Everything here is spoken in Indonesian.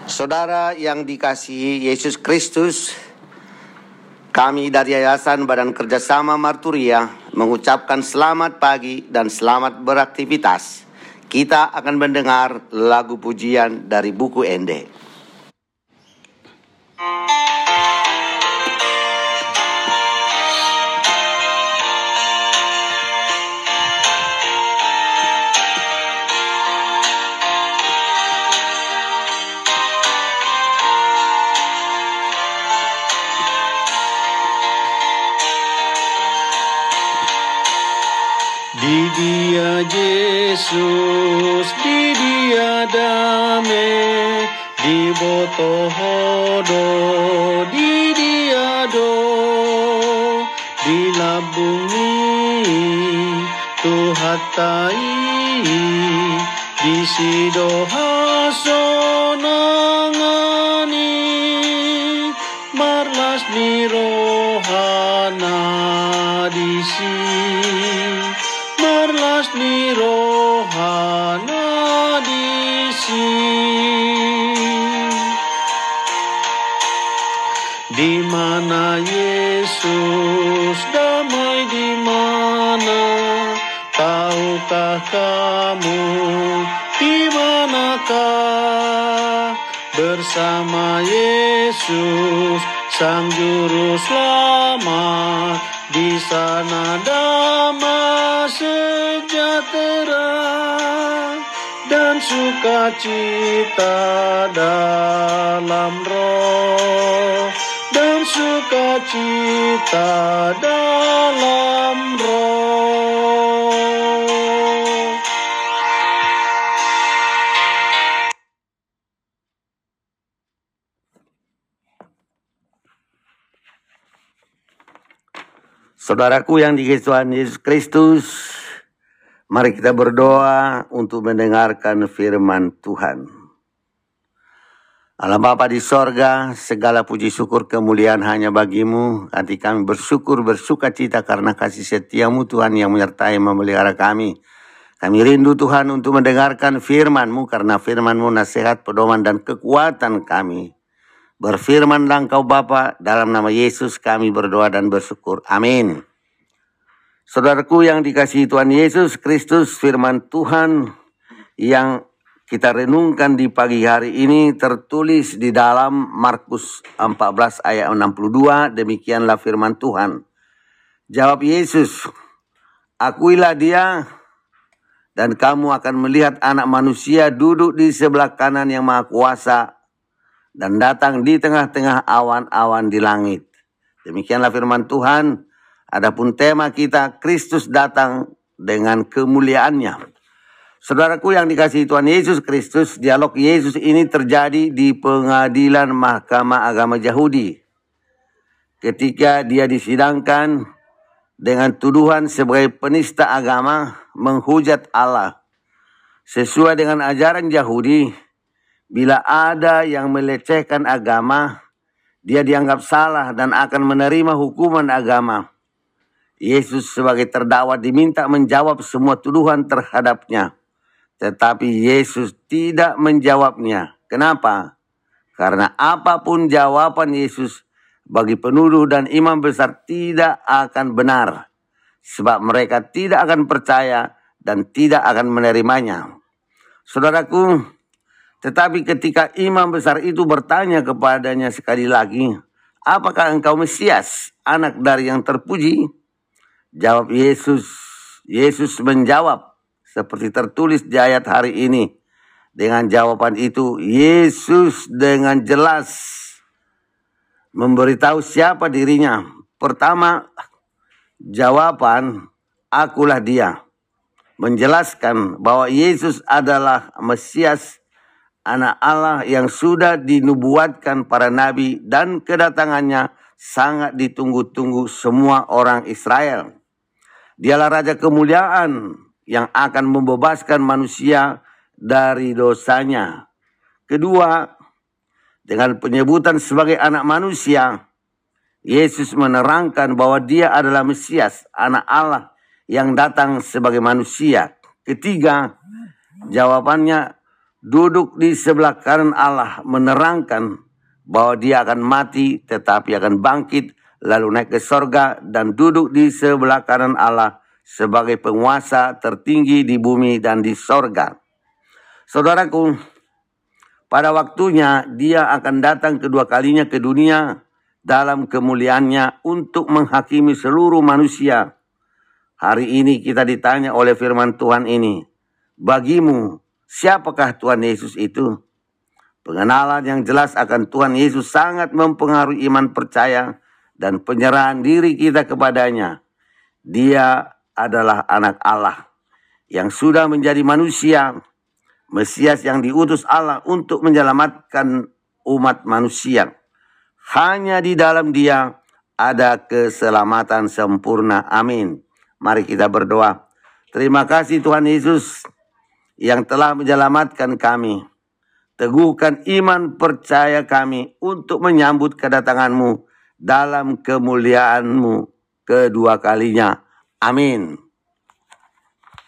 Saudara yang dikasihi Yesus Kristus, kami dari Yayasan Badan Kerjasama Marturia mengucapkan selamat pagi dan selamat beraktivitas. Kita akan mendengar lagu pujian dari buku Ende. Di Dia Yesus, di Dia damai, di boto hodo, di Dia do, di labungi tuhatai, di sido hasonangani, marlas ni rohana di si. Marlas ni rohana disi, di mana Yesus damai di mana, tahukah kamu di manakah bersama Yesus Sang Juru Selamat, di sana damai sejahtera dan sukacita dalam roh, dan sukacita dalam roh. Saudaraku yang dikasihi Tuhan Yesus Kristus, mari kita berdoa untuk mendengarkan firman Tuhan. Allah Bapa di sorga, segala puji syukur kemuliaan hanya bagimu. Hati kami bersyukur, bersuka cita karena kasih setiamu Tuhan yang menyertai memelihara kami. Kami rindu Tuhan untuk mendengarkan firman-Mu karena firman-Mu nasihat, pedoman dan kekuatan kami. Berfirmanlah Engkau Bapa, dalam nama Yesus kami berdoa dan bersyukur. Amin. Saudaraku yang dikasihi Tuhan Yesus Kristus, firman Tuhan yang kita renungkan di pagi hari ini tertulis di dalam Markus 14 ayat 62. Demikianlah firman Tuhan. Jawab Yesus, akuilah Dia dan kamu akan melihat Anak Manusia duduk di sebelah kanan yang Maha Kuasa dan datang di tengah-tengah awan-awan di langit. Demikianlah firman Tuhan. Adapun tema kita, Kristus datang dengan kemuliaannya. Saudaraku yang dikasihi Tuhan Yesus Kristus, dialog Yesus ini terjadi di pengadilan Mahkamah Agama Yahudi. Ketika dia disidangkan dengan tuduhan sebagai penista agama, menghujat Allah. Sesuai dengan ajaran Yahudi, bila ada yang melecehkan agama, dia dianggap salah dan akan menerima hukuman agama. Yesus sebagai terdakwa diminta menjawab semua tuduhan terhadapnya. Tetapi Yesus tidak menjawabnya. Kenapa? Karena apapun jawaban Yesus bagi penuduh dan imam besar tidak akan benar. Sebab mereka tidak akan percaya dan tidak akan menerimanya. Saudaraku, tetapi ketika imam besar itu bertanya kepadanya sekali lagi, apakah engkau Mesias, anak dari yang terpuji? Jawab Yesus. Yesus menjawab seperti tertulis di ayat hari ini. Dengan jawaban itu, Yesus dengan jelas memberitahu siapa dirinya. Pertama, jawaban, akulah Dia. Menjelaskan bahwa Yesus adalah Mesias, Anak Allah yang sudah dinubuatkan para nabi dan kedatangannya sangat ditunggu-tunggu semua orang Israel. Dialah Raja kemuliaan yang akan membebaskan manusia dari dosanya. Kedua, dengan penyebutan sebagai anak manusia, Yesus menerangkan bahwa Dia adalah Mesias, Anak Allah yang datang sebagai manusia. Ketiga, jawabannya duduk di sebelah kanan Allah, menerangkan bahwa dia akan mati tetapi akan bangkit, lalu naik ke sorga dan duduk di sebelah kanan Allah sebagai penguasa tertinggi di bumi dan di sorga. Saudaraku, pada waktunya dia akan datang kedua kalinya ke dunia dalam kemuliaannya untuk menghakimi seluruh manusia. Hari ini kita ditanya oleh firman Tuhan ini, bagimu siapakah Tuhan Yesus itu? Pengenalan yang jelas akan Tuhan Yesus sangat mempengaruhi iman percaya dan penyerahan diri kita kepadanya. Dia adalah anak Allah yang sudah menjadi manusia, Mesias yang diutus Allah untuk menyelamatkan umat manusia. Hanya di dalam Dia ada keselamatan sempurna. Amin. Mari kita berdoa. Terima kasih Tuhan Yesus yang telah menyelamatkan kami. Teguhkan iman percaya kami untuk menyambut kedatangan-Mu dalam kemuliaan-Mu kedua kalinya. Amin.